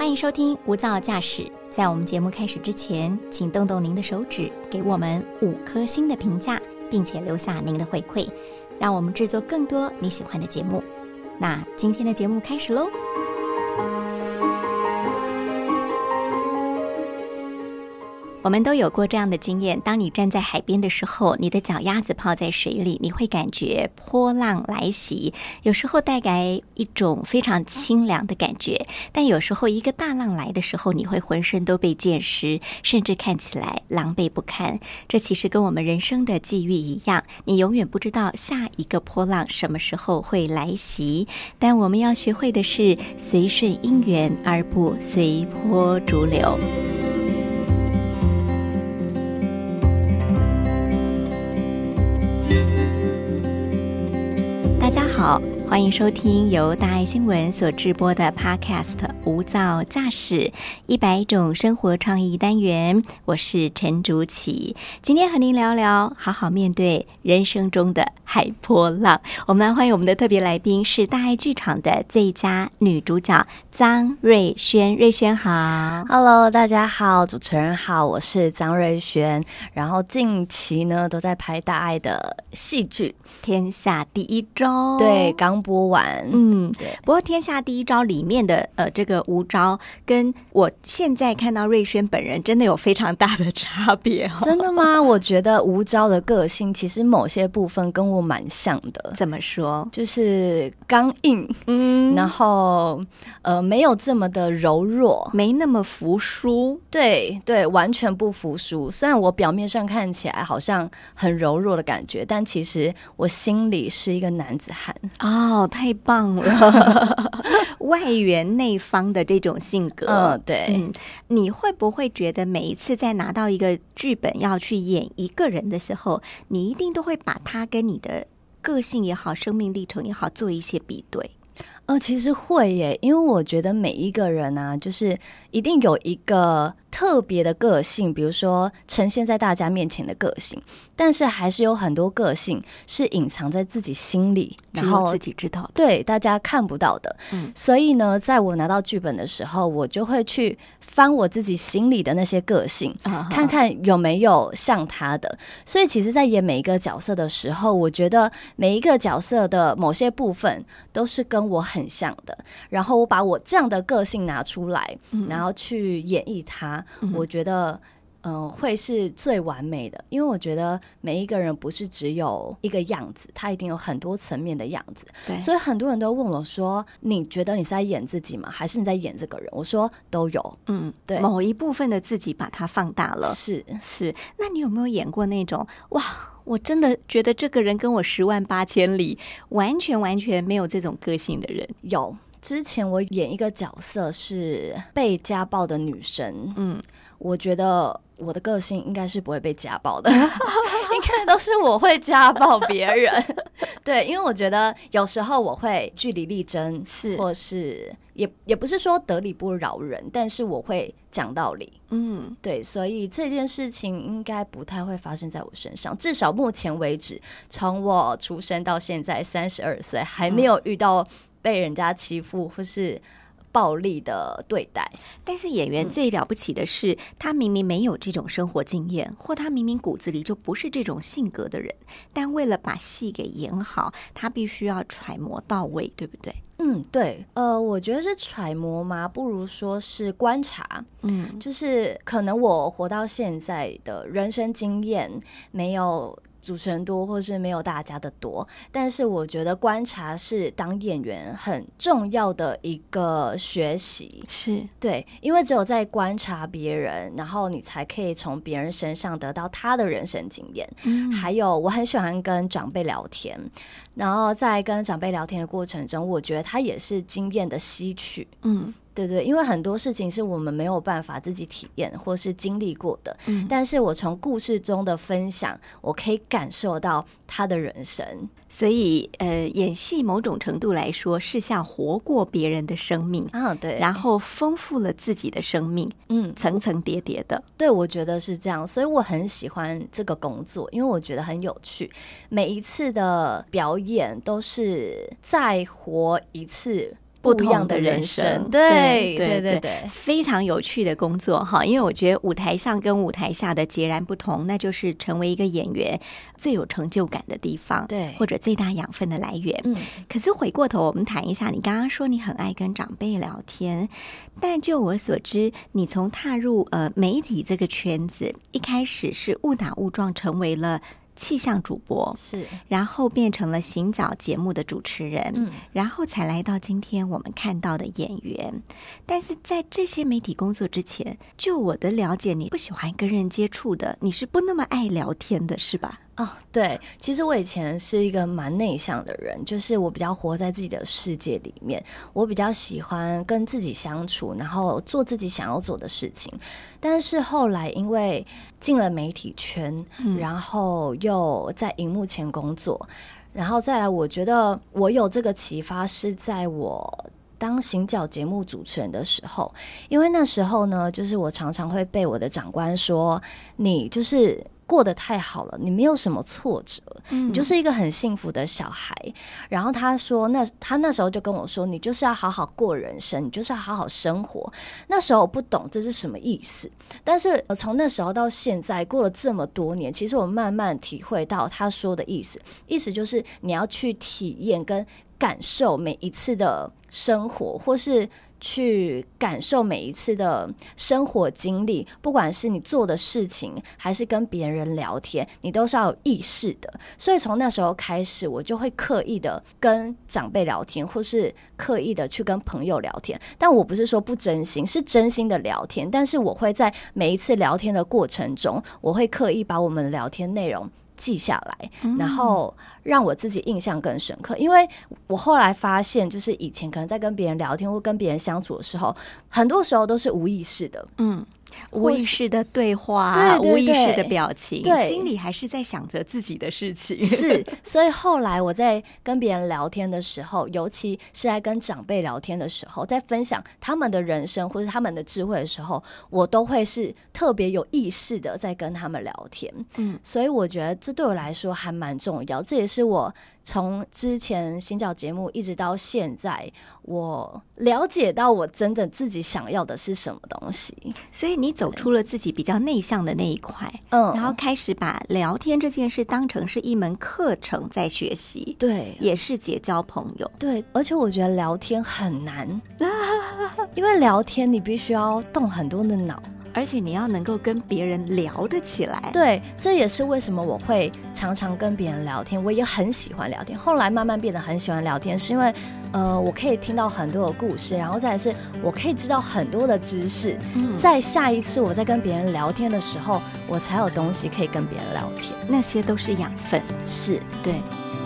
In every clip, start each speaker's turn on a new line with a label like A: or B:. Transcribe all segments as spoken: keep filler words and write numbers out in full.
A: 欢迎收听无噪驾驶。在我们节目开始之前，请动动您的手指，给我们五颗星的评价，并且留下您的回馈，让我们制作更多你喜欢的节目。那今天的节目开始咯。我们都有过这样的经验，当你站在海边的时候，你的脚丫子泡在水里，你会感觉波浪来袭，有时候带来一种非常清凉的感觉，但有时候一个大浪来的时候，你会浑身都被溅湿，甚至看起来狼狈不堪。这其实跟我们人生的际遇一样，你永远不知道下一个波浪什么时候会来袭，但我们要学会的是随顺因缘，而不随波逐流。大家好，欢迎收听由大爱新闻所制播的 Podcast 无噪驾驶一百种生活创意单元，我是陈竹琪。今天和您聊聊好好面对人生中的海波浪。我们来欢迎我们的特别来宾是大爱剧场的最佳女主角张瑞轩。瑞轩好。
B: Hello， 大家好，主持人好，我是张瑞轩。然后近期呢都在拍大爱的戏剧
A: 天下第一招，
B: 对，刚播完。
A: 嗯，对。不过天下第一招里面的呃这个吴招，跟我现在看到瑞轩本人真的有非常大的差别、哦、
B: 真的吗？我觉得吴招的个性其实某些部分跟我蛮像的。
A: 怎么说？
B: 就是刚硬，嗯，然后呃没有这么的柔弱，
A: 没那么服输。
B: 对对，完全不服输。虽然我表面上看起来好像很柔弱的感觉，但其实我心里是一个男子汉。
A: 哦，太棒了！外圆内方的这种性格，
B: 嗯，对。
A: 嗯，你会不会觉得每一次在拿到一个剧本要去演一个人的时候，你一定都会把他跟你的个性也好、生命历程也好做一些比对？
B: 呃，其实会耶，因为我觉得每一个人啊，就是一定有一个特别的个性，比如说呈现在大家面前的个性，但是还是有很多个性是隐藏在自己心里，然后
A: 自己知道的，
B: 对，大家看不到的。嗯，所以呢，在我拿到剧本的时候，我就会去翻我自己心里的那些个性，啊、看看有没有像他的。所以其实在演每一个角色的时候，我觉得每一个角色的某些部分都是跟我很像的，然后我把我这样的个性拿出来，嗯、然后去演绎它，嗯、我觉得嗯、呃，会是最完美的。因为我觉得每一个人不是只有一个样子，他一定有很多层面的样子。对，所以很多人都问我说，你觉得你是在演自己吗？还是你在演这个人？我说都有。嗯，对，
A: 某一部分的自己把它放大了。
B: 是
A: 是。那你有没有演过那种哇，我真的觉得这个人跟我十万八千里，完全完全没有这种个性的人？
B: 有。之前我演一个角色是被家暴的女生，嗯，我觉得我的个性应该是不会被家暴的，应该都是我会家暴别人。对，因为我觉得有时候我会据理力争，是，或是也也不是说得理不饶人，但是我会讲道理。嗯，对，所以这件事情应该不太会发生在我身上，至少目前为止，从我出生到现在三十二岁，还没有遇到被人家欺负或是暴力的对待。
A: 但是演员最了不起的是、嗯、他明明没有这种生活经验，或他明明骨子里就不是这种性格的人，但为了把戏给演好，他必须要揣摩到位，对不对？
B: 嗯，对，呃，我觉得是揣摩嘛，不如说是观察。嗯，就是可能我活到现在的人生经验没有主持人多，或是没有大家的多，但是我觉得观察是当演员很重要的一个学习。
A: 是，对，
B: 因为只有在观察别人，然后你才可以从别人身上得到他的人生经验。嗯，还有我很喜欢跟长辈聊天，然后在跟长辈聊天的过程中，我觉得他也是经验的吸取。嗯，对对，因为很多事情是我们没有办法自己体验或是经历过的、嗯、但是我从故事中的分享，我可以感受到他的人生。
A: 所以呃，演戏某种程度来说是像活过别人的生命
B: 啊，对，
A: 然后丰富了自己的生命，嗯，层层叠叠的。
B: 对，我觉得是这样，所以我很喜欢这个工作，因为我觉得很有趣，每一次的表演都是再活一次
A: 不同的人生。
B: 对对对对，
A: 非常有趣的工作哈，因为我觉得舞台上跟舞台下的截然不同，那就是成为一个演员最有成就感的地方，
B: 对，
A: 或者最大养分的来源。
B: 嗯，
A: 可是回过头我们谈一下，你刚刚说你很爱跟长辈聊天，但就我所知，你从踏入呃媒体这个圈子，一开始是误打误撞成为了气象主播，
B: 是，
A: 然后变成了行脚节目的主持人，
B: 嗯，
A: 然后才来到今天我们看到的演员。但是在这些媒体工作之前，就我的了解，你不喜欢跟人接触的，你是不那么爱聊天的，是吧？
B: 哦，对，其实我以前是一个蛮内向的人，就是我比较活在自己的世界里面，我比较喜欢跟自己相处，然后做自己想要做的事情。但是后来因为进了媒体圈，嗯、然后又在荧幕前工作，然后再来，我觉得我有这个启发是在我当行脚节目主持人的时候，因为那时候呢，就是我常常会被我的长官说，你就是过得太好了，你没有什么挫折，嗯、你就是一个很幸福的小孩。然后他说那他那时候就跟我说，你就是要好好过人生，你就是要好好生活。那时候我不懂这是什么意思，但是从那时候到现在过了这么多年，其实我慢慢体会到他说的意思，意思就是你要去体验跟感受每一次的生活，或是去感受每一次的生活经历，不管是你做的事情还是跟别人聊天，你都是要有意识的。所以从那时候开始，我就会刻意的跟长辈聊天，或是刻意的去跟朋友聊天。但我不是说不真心，是真心的聊天，但是我会在每一次聊天的过程中，我会刻意把我们的聊天内容记下来，然后让我自己印象更深刻。因为我后来发现，就是以前可能在跟别人聊天或跟别人相处的时候，很多时候都是无意识的，嗯，
A: 无意识的对话，
B: 对对对，
A: 无意识的表情，
B: 对，
A: 心里还是在想着自己的事情。
B: 是，所以后来我在跟别人聊天的时候，尤其是在跟长辈聊天的时候，在分享他们的人生或是他们的智慧的时候，我都会是特别有意识的在跟他们聊天。嗯，所以我觉得这对我来说还蛮重要，这也是我从之前行脚节目一直到现在，我了解到我真的自己想要的是什么东西。
A: 所以你走出了自己比较内向的那一块，嗯，然后开始把聊天这件事当成是一门课程在学习，
B: 对，
A: 也是结交朋友，
B: 对，而且我觉得聊天很难，因为聊天你必须要动很多的脑，
A: 而且你要能够跟别人聊得起来。
B: 对，这也是为什么我会常常跟别人聊天，我也很喜欢聊天。后来慢慢变得很喜欢聊天，是因为呃，我可以听到很多的故事，然后再来是我可以知道很多的知识。嗯，在下一次我在跟别人聊天的时候，我才有东西可以跟别人聊天。
A: 那些都是养分，
B: 是，
A: 对。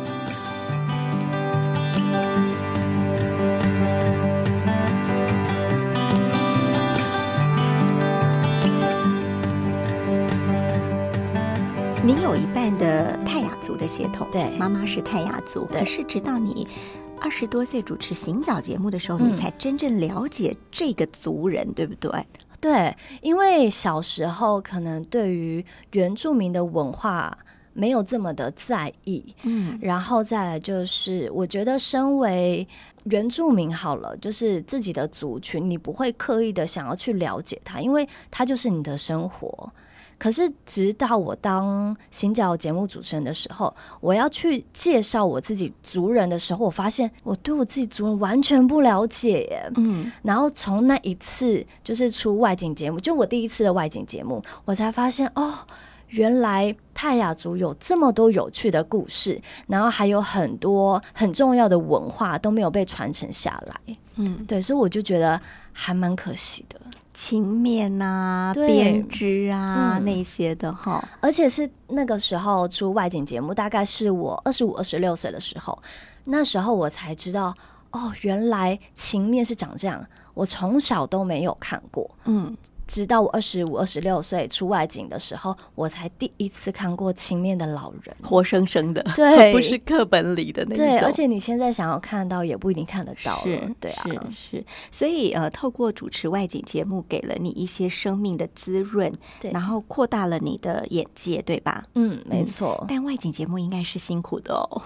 A: 你有一半的泰雅族的血统，
B: 对，
A: 妈妈是泰雅族，可是直到你二十多岁主持行脚节目的时候，嗯，你才真正了解这个族人，对不对？
B: 对，因为小时候可能对于原住民的文化没有这么的在意，嗯，然后再来就是我觉得身为原住民好了，就是自己的族群，你不会刻意的想要去了解它，因为它就是你的生活。可是直到我当行脚节目主持人的时候，我要去介绍我自己族人的时候，我发现我对我自己族人完全不了解耶。嗯，然后从那一次就是出外景节目，就我第一次的外景节目，我才发现哦，原来泰雅族有这么多有趣的故事，然后还有很多很重要的文化都没有被传承下来。嗯，对，所以我就觉得还蛮可惜的。
A: 情面啊，编织啊，嗯，那些的哈，
B: 而且是那个时候出外景节目，大概是我二十五、二十六岁的时候，那时候我才知道，哦，原来情面是长这样，我从小都没有看过，嗯。直到我二十五、二十六岁出外景的时候，我才第一次看过青面的老人，
A: 活生生的，
B: 对，
A: 不是课本里的那种。
B: 对，而且你现在想要看到，也不一定看得到了。
A: 是，
B: 对啊，
A: 是是。所以呃，透过主持外景节目，给了你一些生命的滋润，对，然后扩大了你的眼界，对吧？
B: 嗯，没错。
A: 嗯，但外景节目应该是辛苦的哦。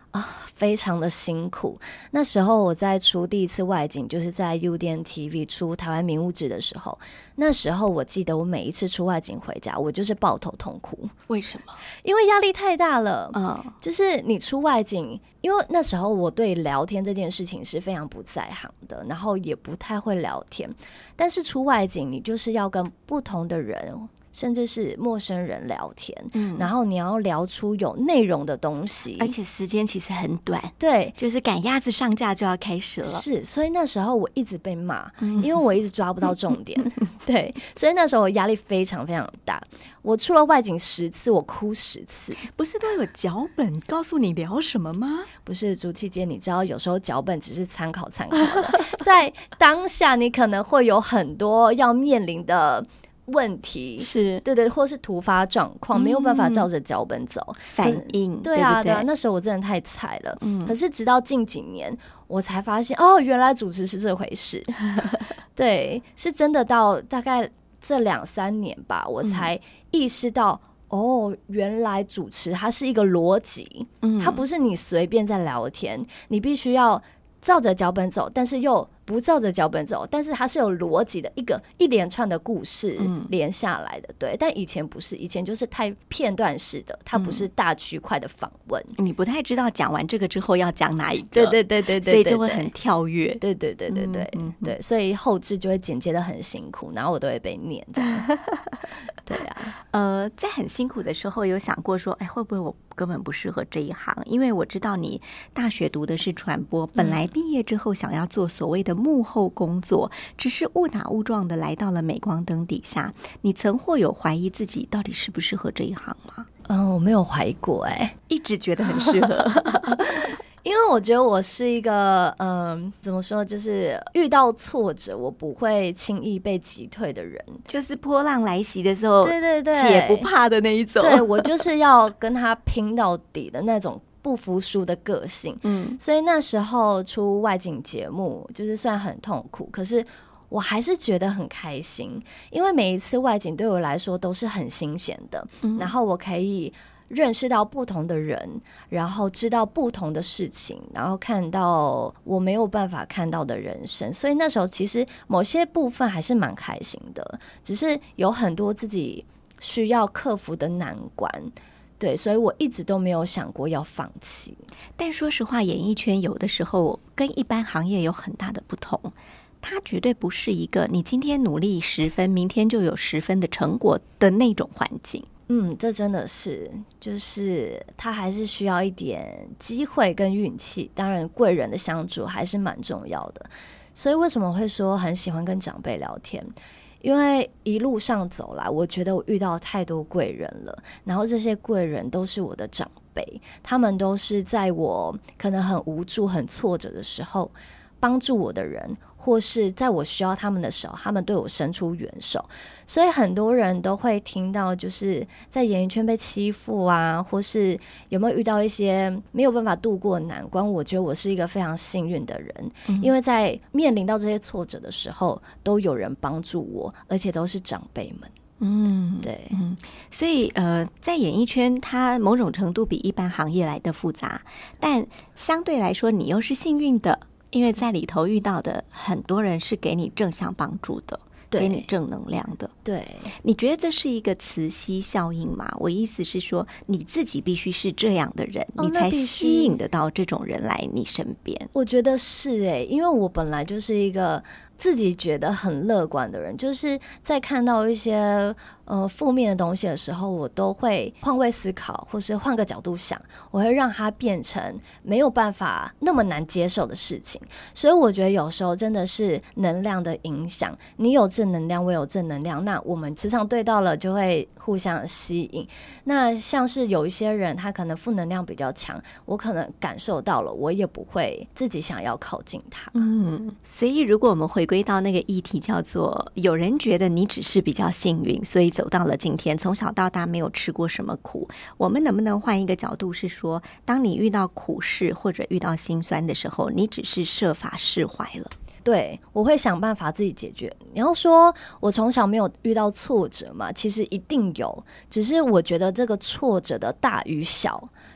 B: 啊，非常的辛苦。那时候我在出第一次外景，就是在 U D N T V 出台湾名物志的时候，那时候我记得我每一次出外景回家，我就是抱头痛哭。
A: 为什么？
B: 因为压力太大了。
A: 嗯，
B: 就是你出外景，因为那时候我对聊天这件事情是非常不在行的，然后也不太会聊天。但是出外景，你就是要跟不同的人，甚至是陌生人聊天，嗯，然后你要聊出有内容的东西，
A: 而且时间其实很短，
B: 对，
A: 就是赶鸭子上架就要开始了。
B: 是，所以那时候我一直被骂，嗯、因为我一直抓不到重点，对，所以那时候我压力非常非常大。我出了外景十次，我哭十次。
A: 不是都有脚本告诉你聊什么吗？
B: 不是，朱七姐，你知道有时候脚本只是参考参考的，在当下你可能会有很多要面临的问题，
A: 是
B: 对对，或是突发状况，嗯、没有办法照着脚本走，
A: 反应
B: 对啊，
A: 对不对？
B: 对啊，那时候我真的太菜了。嗯，可是直到近几年，我才发现哦，原来主持是这回事。对，是真的到大概这两三年吧，我才意识到。嗯哦，原来主持它是一个逻辑，嗯，它不是你随便在聊天，你必须要照着脚本走，但是又不照着脚本走，但是它是有逻辑的一个一连串的故事连下来的，嗯、对。但以前不是，以前就是太片段式的，它不是大区块的访问，
A: 嗯、你不太知道讲完这个之后要讲哪一个，
B: 对对对对 对, 对, 对，
A: 所以就会很跳跃，
B: 对对对对对、嗯、对，所以后制就会剪接的很辛苦，然后我都会被念这样。对啊，
A: 呃，在很辛苦的时候，有想过说，哎，会不会我根本不适合这一行？因为我知道你大学读的是传播，本来毕业之后想要做所谓的幕后工作，只是误打误撞的来到了镁光灯底下。你曾或有怀疑自己到底适不适合这一行吗？
B: 嗯，我没有怀疑过、欸，哎，
A: 一直觉得很适合。
B: 因为我觉得我是一个，嗯，怎么说，就是遇到挫折我不会轻易被击退的人，
A: 就是波浪来袭的时候，
B: 对对对，
A: 姐不怕的那一种。
B: 对，我就是要跟他拼到底的那种不服输的个性。嗯，所以那时候出外景节目，就是虽然很痛苦，可是我还是觉得很开心，因为每一次外景对我来说都是很新鲜的，嗯、然后我可以认识到不同的人，然后知道不同的事情，然后看到我没有办法看到的人生，所以那时候其实某些部分还是蛮开心的，只是有很多自己需要克服的难关，对，所以我一直都没有想过要放弃。
A: 但说实话，演艺圈有的时候跟一般行业有很大的不同，它绝对不是一个你今天努力十分，明天就有十分的成果的那种环境。
B: 嗯，这真的是，就是他还是需要一点机会跟运气，当然贵人的相助还是蛮重要的。所以为什么会说很喜欢跟长辈聊天？因为一路上走来，我觉得我遇到太多贵人了，然后这些贵人都是我的长辈，他们都是在我可能很无助、很挫折的时候帮助我的人，或是在我需要他们的时候，他们对我伸出援手。所以很多人都会听到就是在演艺圈被欺负啊，或是有没有遇到一些没有办法度过的难关。我觉得我是一个非常幸运的人、嗯、因为在面临到这些挫折的时候都有人帮助我，而且都是长辈们。嗯，对，
A: 嗯，所以呃，在演艺圈，它某种程度比一般行业来的复杂，但相对来说，你又是幸运的，因为在里头遇到的很多人是给你正向帮助的，给你正能量的。
B: 对，
A: 你觉得这是一个磁吸效应吗？我意思是说，你自己必须是这样的人，哦、你才吸引得到这种人来你身边。
B: 我觉得是哎、欸，因为我本来就是一个自己觉得很乐观的人，就是在看到一些呃负面的东西的时候，我都会换位思考，或是换个角度想，我会让它变成没有办法那么难接受的事情。所以我觉得有时候真的是能量的影响，你有正能量，我有正能量，那我们磁场对到了，就会互相吸引。那像是有一些人，他可能负能量比较强，我可能感受到了，我也不会自己想要靠近他。
A: 嗯，所以如果我们回归到那个议题，叫做有人觉得你只是比较幸运，所以走到了今天，从小到大没有吃过什么苦。我们能不能换一个角度，是说当你遇到苦事或者遇到心酸的时候，你只是设法释怀了。
B: 对，我会想办法自己解决。你要说我从小没有遇到挫折嘛，其实一定有，只是我觉得这个挫折的大与小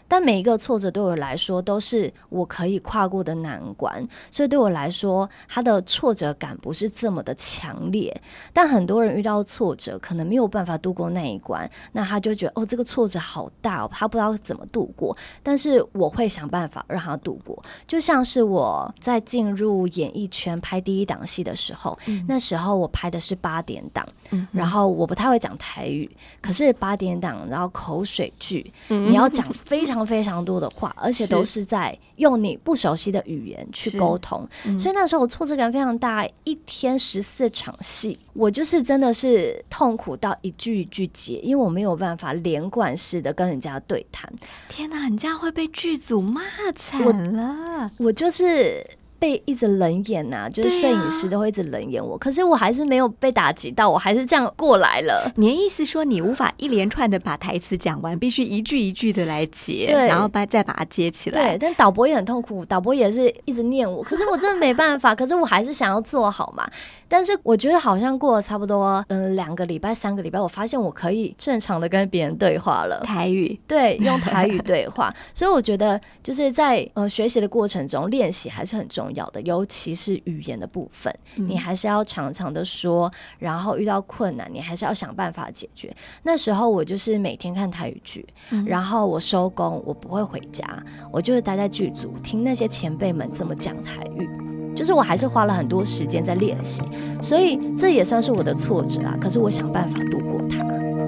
B: 但每一个挫折对我来说都是我可以跨过的难关，所以对我来说它的挫折感不是这么的强烈。但很多人遇到挫折可能没有办法度过那一关，那他就觉得哦，这个挫折好大哦，他不知道怎么度过，但是我会想办法让他度过。就像是我在进入演艺圈拍第一档戏的时候、嗯、那时候我拍的是八点档、嗯、然后我不太会讲台语，可是八点档然后口水剧、嗯、你要讲非常非常多的话，而且都是在用你不熟悉的语言去沟通、嗯、所以那时候我挫折感非常大，一天十四场戏，我就是真的是痛苦到一句一句接，因为我没有办法连贯式的跟人家对谈。
A: 天哪，你这样会被剧组骂惨了。
B: 我, 我就是被一直冷眼啊，就是摄影师都会一直冷眼我、啊、可是我还是没有被打击到，我还是这样过来了。
A: 你的意思说你无法一连串的把台词讲完，必须一句一句的来接，然后再把它接起来。
B: 对，但导播也很痛苦，导播也是一直念我，可是我真的没办法可是我还是想要做好嘛。但是我觉得好像过了差不多嗯两个礼拜三个礼拜，我发现我可以正常的跟别人对话了，
A: 台语，
B: 对，用台语对话所以我觉得就是在呃学习的过程中练习还是很重要的，尤其是语言的部分、嗯、你还是要常常的说，然后遇到困难你还是要想办法解决。那时候我就是每天看台语剧、嗯、然后我收工我不会回家，我就是待在剧组听那些前辈们怎么讲台语，就是我还是花了很多时间在练习，所以这也算是我的挫折啊，可是我想办法度过它。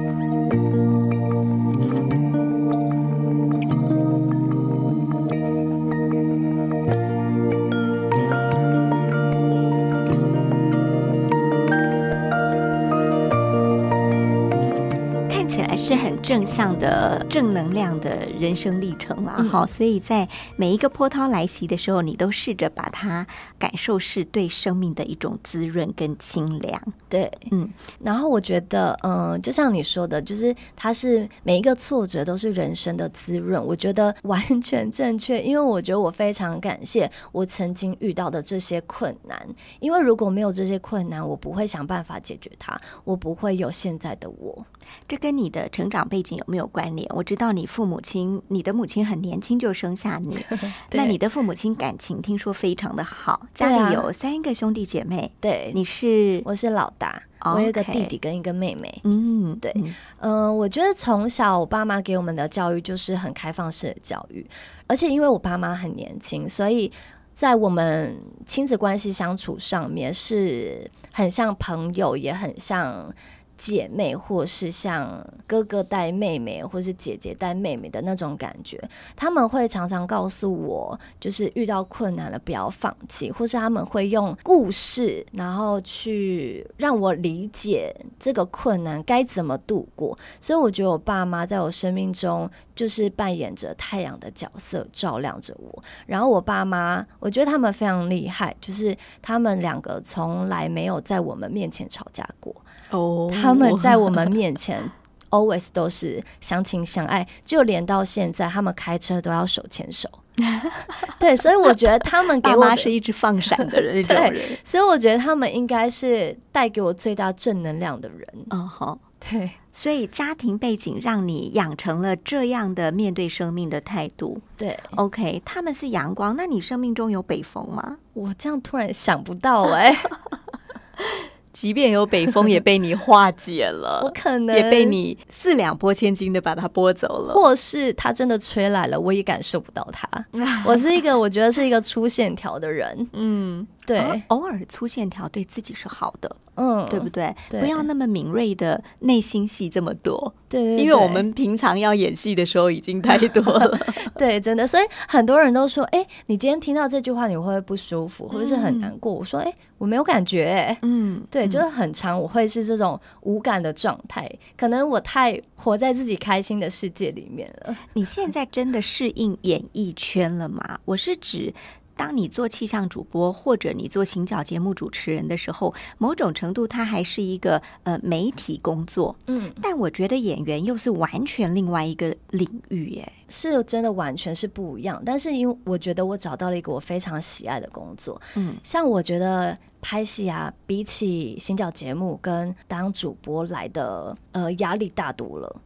A: 是很正向的正能量的人生历程啦、嗯、所以在每一个波涛来袭的时候，你都试着把它感受是对生命的一种滋润跟清凉。
B: 对，嗯，然后我觉得嗯，就像你说的，就是它是每一个挫折都是人生的滋润，我觉得完全正确。因为我觉得我非常感谢我曾经遇到的这些困难，因为如果没有这些困难，我不会想办法解决它，我不会有现在的我。
A: 这跟你的成长背景有没有关联？我知道你父母亲，你的母亲很年轻就生下你那你的父母亲感情听说非常的好，家里有三个兄弟姐妹。
B: 对，
A: 你是？
B: 我是老大，我有一个弟弟跟一个妹妹。
A: 嗯，
B: 对，嗯、呃，我觉得从小我爸妈给我们的教育就是很开放式的教育，而且因为我爸妈很年轻，所以在我们亲子关系相处上面是很像朋友，也很像姐妹，或是像哥哥带妹妹或是姐姐带妹妹的那种感觉。他们会常常告诉我，就是遇到困难了不要放弃，或是他们会用故事然后去让我理解这个困难该怎么度过。所以我觉得我爸妈在我生命中就是扮演着太阳的角色，照亮着我。然后我爸妈我觉得他们非常厉害，就是他们两个从来没有在我们面前吵架过。
A: 哦，
B: 他们在我们面前 always 都是相亲相爱，就连到现在他们开车都要手牵手对，所以我觉得他们给我
A: 爸妈是一直放闪的人那种人
B: 对，所以我觉得他们应该是带给我最大正能量的人。
A: 嗯好，
B: 对，
A: 所以家庭背景让你养成了这样的面对生命的态度。
B: 对
A: OK， 他们是阳光，那你生命中有北风吗？
B: 我这样突然想不到哎、欸
A: 即便有北风也被你化解了
B: 我可能
A: 也被你四两拨千斤的把它拨走了，
B: 或是它真的吹来了我也感受不到它我是一个我觉得是一个粗线条的人。嗯，对、
A: 哦、偶尔粗线条对自己是好的，
B: 嗯，
A: 对不对？
B: 对，
A: 不要那么敏锐的内心戏这么多。
B: 对对对，
A: 因为我们平常要演戏的时候已经太多了
B: 对，真的。所以很多人都说哎、欸，你今天听到这句话你会不会不舒服、嗯、或者是很难过？我说哎、欸，我没有感觉、欸、嗯，对，就是很常我会是这种无感的状态，可能我太活在自己开心的世界里面了。
A: 你现在真的适应演艺圈了吗？我是指当你做气象主播或者你做行脚节目主持人的时候，某种程度它还是一个呃媒体工作，嗯，但我觉得演员又是完全另外一个领域耶，
B: 是真的完全是不一样。但是因为我觉得我找到了一个我非常喜爱的工作，嗯，像我觉得拍戏啊，比起行脚节目跟当主播来的呃压力大多了。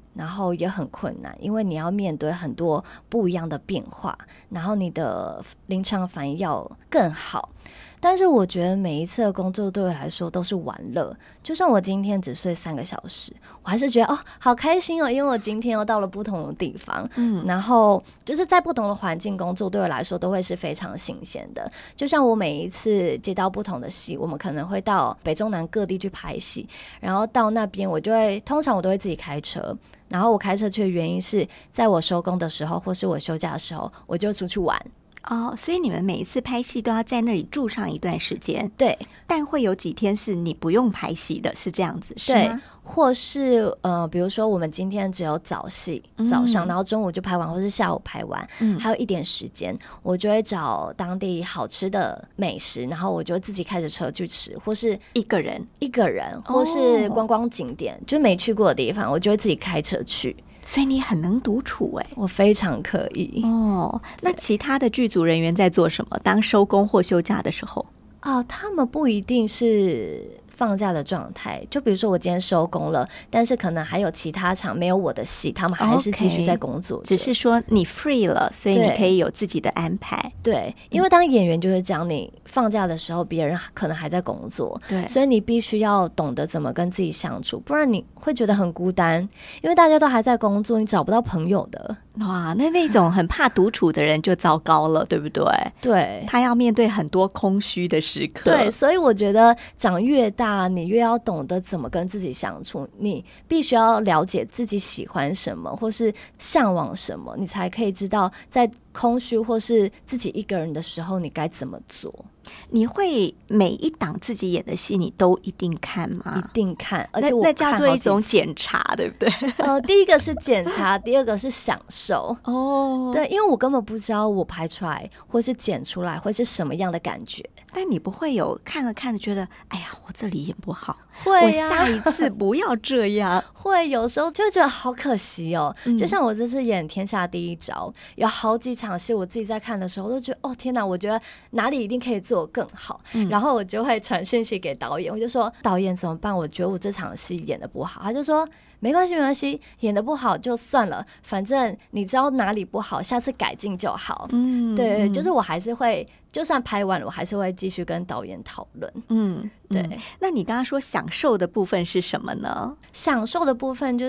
B: 然后也很困难，因为你要面对很多不一样的变化，然后你的临场反应要更好。但是我觉得每一次的工作对我来说都是玩乐，就算我今天只睡三个小时，我还是觉得哦好开心哦，因为我今天又到了不同的地方，嗯，然后就是在不同的环境工作对我来说都会是非常新鲜的。就像我每一次接到不同的戏，我们可能会到北中南各地去拍戏，然后到那边我就会通常我都会自己开车，然后我开车去的原因是在我收工的时候或是我休假的时候我就出去玩。
A: 哦，所以你们每一次拍戏都要在那里住上一段时间？
B: 对，
A: 但会有几天是你不用拍戏的，是这样子是吗？
B: 对，或是呃，比如说我们今天只有早戏、嗯、早上，然后中午就拍完，或是下午拍完、嗯、还有一点时间，我就会找当地好吃的美食，然后我就自己开着车去吃，或是
A: 一个人
B: 一个人或是观光景点、哦、就没去过的地方，我就会自己开车去。
A: 所以你很能独处哎、欸，
B: 我非常可以
A: 哦。那其他的剧组人员在做什么？当收工或休假的时候？
B: 哦，他们不一定是放假的状态，就比如说我今天收工了，但是可能还有其他场没有我的戏，他们还是继续在工作、okay,
A: 只是说你 free 了，所以你可以有自己的安排。
B: 对，因为当演员就是讲你放假的时候别人可能还在工作，对，所以你必须要懂得怎么跟自己相处，不然你会觉得很孤单，因为大家都还在工作，你找不到朋友的。
A: 哇，那那种很怕独处的人就糟糕了，对不对？
B: 对，
A: 他要面对很多空虚的时刻。
B: 对，所以我觉得长越大你越要懂得怎么跟自己相处，你必须要了解自己喜欢什么或是向往什么，你才可以知道在空虚或是自己一个人的时候你该怎么做。
A: 你会每一档自己演的戏你都一定看吗？
B: 一定看，而且我
A: 那, 那叫做一种检查，对不对？
B: 呃，第一个是检查，第二个是享受。哦，对，因为我根本不知道我拍出来或是剪出来会是什么样的感觉。
A: 但你不会有看了看着觉得，哎呀，我这里演不好，
B: 会、啊、
A: 我下一次不要这样。
B: 会有时候就觉得好可惜哦、嗯。就像我这次演《天下第一招》，有好几场戏，我自己在看的时候，我都觉得哦天哪，我觉得哪里一定可以做更好、嗯。然后我就会传讯息给导演，我就说导演怎么办？我觉得我这场戏演得不好。他就说没关系没关系，演得不好就算了，反正你知道哪里不好，下次改进就好。嗯，对，就是我还是会。就算拍完了，我还是会继续跟导演讨论。嗯，对、嗯。
A: 那你刚刚说享受的部分是什么呢？
B: 享受的部分就是，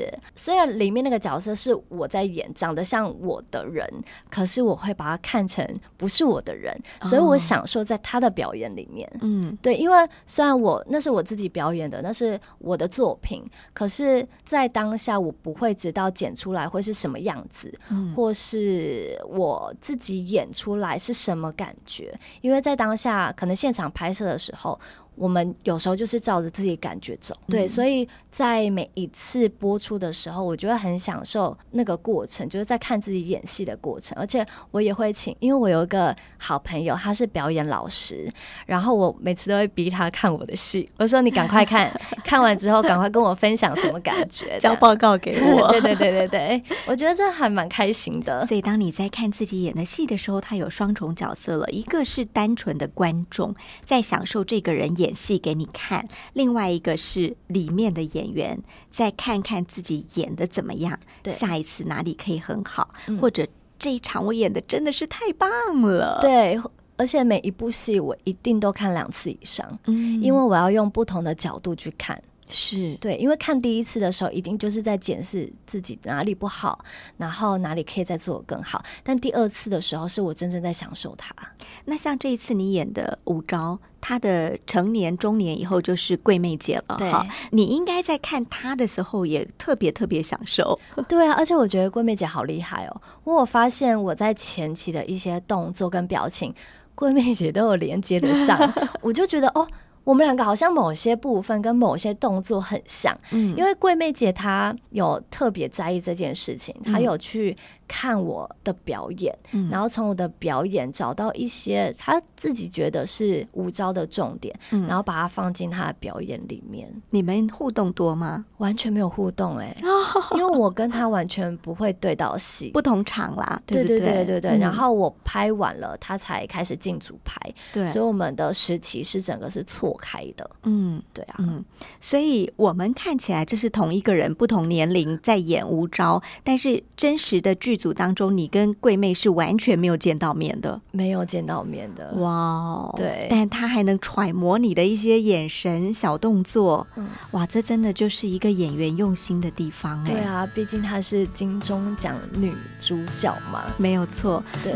B: 虽然里面那个角色是我在演，长得像我的人，可是我会把他看成不是我的人，所以我享受在他的表演里面。嗯，对，因为虽然我那是我自己表演的，那是我的作品，可是在当下我不会知道剪出来会是什么样子，嗯、或是我自己演出来是什么感觉，因为在当下可能现场拍摄的时候我们有时候就是照着自己感觉走，对、嗯，所以在每一次播出的时候我觉得很享受那个过程，就是在看自己演戏的过程。而且我也会请，因为我有一个好朋友他是表演老师，然后我每次都会逼他看我的戏，我说你赶快看看完之后赶快跟我分享什么感觉，
A: 交报告给我
B: 对对对对对，我觉得这还蛮开心的。
A: 所以当你在看自己演的戏的时候，他有双重角色了，一个是单纯的观众在享受这个人演演戏给你看，另外一个是里面的演员再看看自己演的怎么样，下一次哪里可以很好、嗯、或者这一场我演的真的是太棒了。
B: 对，而且每一部戏我一定都看两次以上、嗯、因为我要用不同的角度去看。
A: 是
B: 对，因为看第一次的时候一定就是在检视自己哪里不好，然后哪里可以再做得更好，但第二次的时候是我真正在享受它。
A: 那像这一次你演的五招，他的成年中年以后就是桂妹姐了，
B: 对，
A: 你应该在看她的时候也特别特别享受。
B: 对啊，而且我觉得桂妹姐好厉害哦，我有发现我在前期的一些动作跟表情桂妹姐都有连接得上我就觉得哦，我们两个好像某些部分跟某些动作很像、嗯、因为桂妹姐她有特别在意这件事情，她有去看我的表演、嗯、然后从我的表演找到一些她自己觉得是五招的重点、嗯、然后把它放进她的表演里面。
A: 你们互动多吗？
B: 完全没有互动哎、欸，因为我跟她完全不会对到戏
A: 不同场啦，对不对？
B: 对对对对对、嗯、然后我拍完了她才开始进组拍，对，所以我们的时期是整个是错开的。
A: 嗯，
B: 对啊，
A: 嗯，所以我们看起来这是同一个人，不同年龄在演吴昭，但是真实的剧组当中，你跟桂妹是完全没有见到面的，
B: 没有见到面的。
A: 哇，
B: 对，
A: 但他还能揣摩你的一些眼神、小动作，嗯、哇，这真的就是一个演员用心的地方哎。
B: 对啊，毕竟她是金钟奖女主角嘛，
A: 没有错。
B: 对。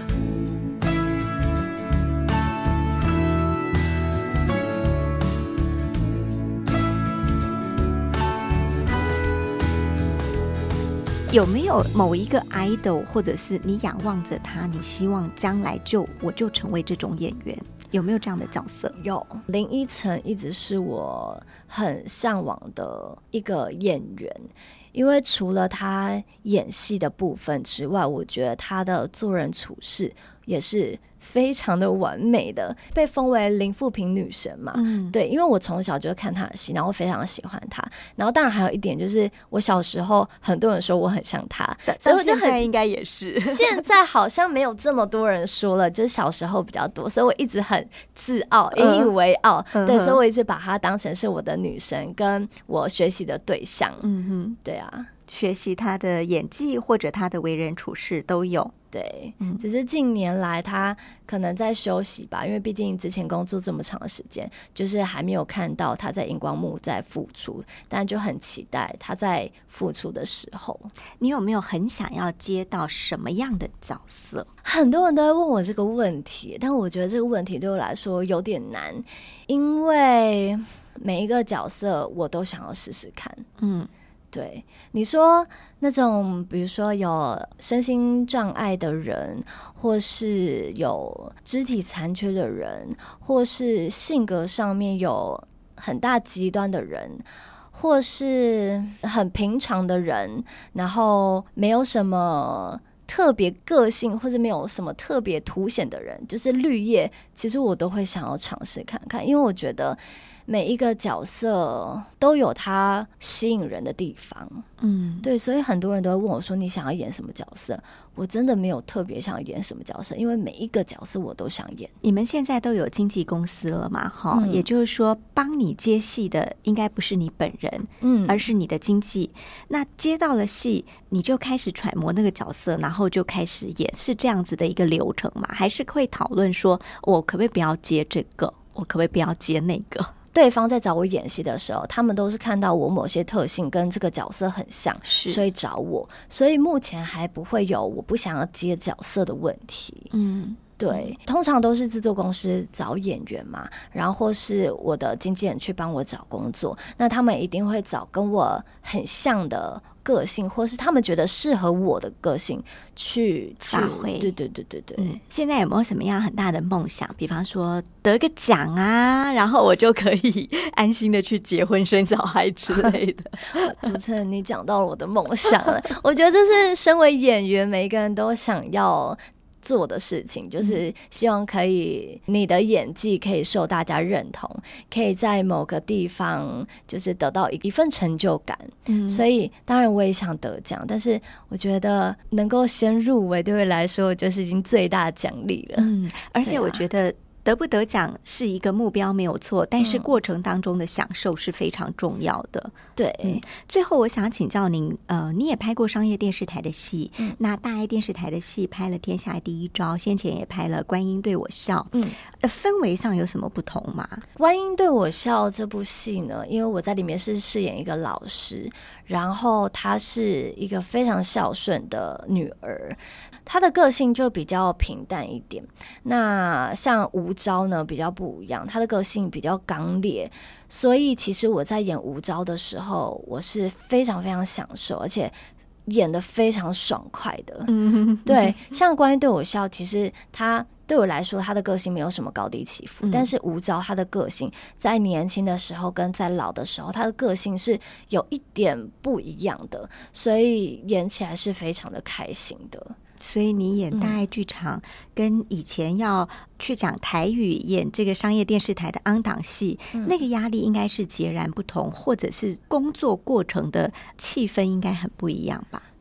A: 有没有某一个 idol， 或者是你仰望着他，你希望将来就我就成为这种演员？有没有这样的角色？
B: 有，林依晨一直是我很向往的一个演员，因为除了他演戏的部分之外，我觉得他的做人处事也是非常的完美的，被封为林富平女神嘛。嗯，对，因为我从小就看她的戏，然后非常喜欢她。然后当然还有一点就是，我小时候很多人说我很像她，所以我就很，
A: 现在应该也是。
B: 现在好像没有这么多人说了，就是小时候比较多，所以我一直很自傲，引以为傲。嗯、对，所以我一直把她当成是我的女神，跟我学习的对象。嗯哼，对啊。
A: 学习他的演技或者他的为人处事都有。
B: 对，只是近年来他可能在休息吧，因为毕竟之前工作这么长的时间，就是还没有看到他在荧光幕在复出，但就很期待他在复出的时候。
A: 你有没有很想要接到什么样的角色？
B: 很多人都会问我这个问题，但我觉得这个问题对我来说有点难，因为每一个角色我都想要试试看。嗯，对，你说那种比如说有身心障碍的人，或是有肢体残缺的人，或是性格上面有很大极端的人，或是很平常的人，然后没有什么特别个性或者没有什么特别凸显的人，就是绿叶，其实我都会想要尝试看看，因为我觉得每一个角色都有它吸引人的地方。嗯，对，所以很多人都会问我说你想要演什么角色，我真的没有特别想要演什么角色，因为每一个角色我都想演。
A: 你们现在都有经纪公司了嘛？嗯、也就是说帮你接戏的应该不是你本人，嗯，而是你的经纪。那接到了戏你就开始揣摩那个角色，然后就开始演，是这样子的一个流程吗？还是会讨论说我可不可以不要接这个，我可不可以不要接那个？
B: 对方在找我演戏的时候，他们都是看到我某些特性跟这个角色很像，所以找我，所以目前还不会有我不想要接角色的问题。嗯，对，通常都是制作公司找演员嘛，然后或是我的经纪人去帮我找工作，那他们一定会找跟我很像的个性，或是他们觉得适合我的个性去
A: 发挥。
B: 对对对对对、嗯。
A: 现在有没有什么样很大的梦想？比方说得个奖啊，然后我就可以安心的去结婚生小孩之类的。
B: 主持人，你讲到了我的梦想了。我觉得这是身为演员每一个人都想要做的事情，就是希望可以你的演技可以受大家认同，可以在某个地方就是得到一份成就感、嗯、所以当然我也想得奖，但是我觉得能够先入围对我来说就是已经最大的奖励了、嗯、
A: 而且我觉得得不得奖是一个目标没有错，但是过程当中的享受是非常重要的。
B: 对、
A: 嗯，最后我想请教您，呃，你也拍过商业电视台的戏，嗯、那大爱电视台的戏拍了《天下第一招》，先前也拍了《观音对我笑》，嗯，呃，氛围上有什么不同吗？
B: 《观音对我笑》这部戏呢，因为我在里面是饰演一个老师，然后她是一个非常孝顺的女儿，她的个性就比较平淡一点。那像吴昭呢比较不一样，她的个性比较刚烈，所以其实我在演吴昭的时候，我是非常非常享受，而且演得非常爽快的。嗯，对，像观音对我笑，其实他对我来说，他的个性没有什么高低起伏，嗯、但是吴昭他的个性在年轻的时候跟在老的时候，他的个性是有一点不一样的，所以演起来是非常的开心的。
A: 所以你演大爱剧场跟以前要去讲台语演这个商业电视台的昂档戏、嗯、那个压力应该是截然不同，或者是工作过程的气氛应该很不一样吧？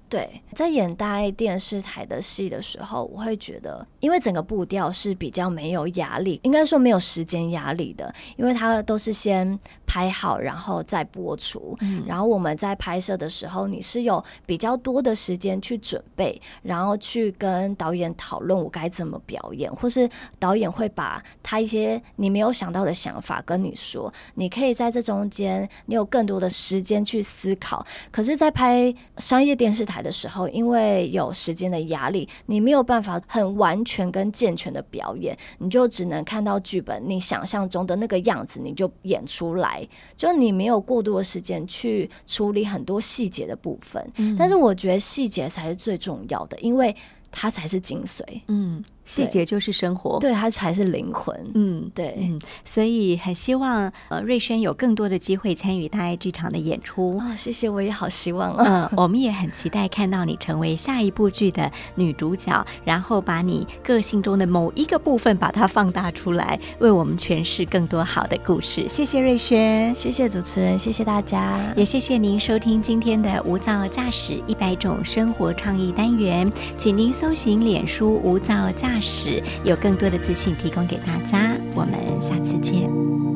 B: 对，在演大爱电视台的戏的时候，我会觉得因为整个步调是比较没有压力，应该说没有时间压力的，因为它都是先拍好然后再播出、嗯、然后我们在拍摄的时候你是有比较多的时间去准备，然后去跟导演讨论我该怎么表演，或是导演会把他一些你没有想到的想法跟你说，你可以在这中间你有更多的时间去思考。可是在拍商业电视台的时候，因为有时间的压力，你没有办法很完全跟健全的表演，你就只能看到剧本你想象中的那个样子，你就演出来，就你没有过多的时间去处理很多细节的部分、嗯、但是我觉得细节才是最重要的，因为它才是精髓。
A: 嗯，细节就是生活，
B: 对，它才是灵魂。嗯，对，
A: 嗯，所以很希望呃瑞轩有更多的机会参与大爱剧场的演出
B: 啊、哦！谢谢，我也好希望啊。
A: 嗯，我们也很期待看到你成为下一部剧的女主角，然后把你个性中的某一个部分把它放大出来，为我们诠释更多好的故事。谢谢瑞轩，
B: 谢谢主持人，谢谢大家，
A: 也谢谢您收听今天的无噪驾驶一百种生活创意单元，请您搜寻脸书无噪驾驶，有更多的资讯提供给大家。我们下次见。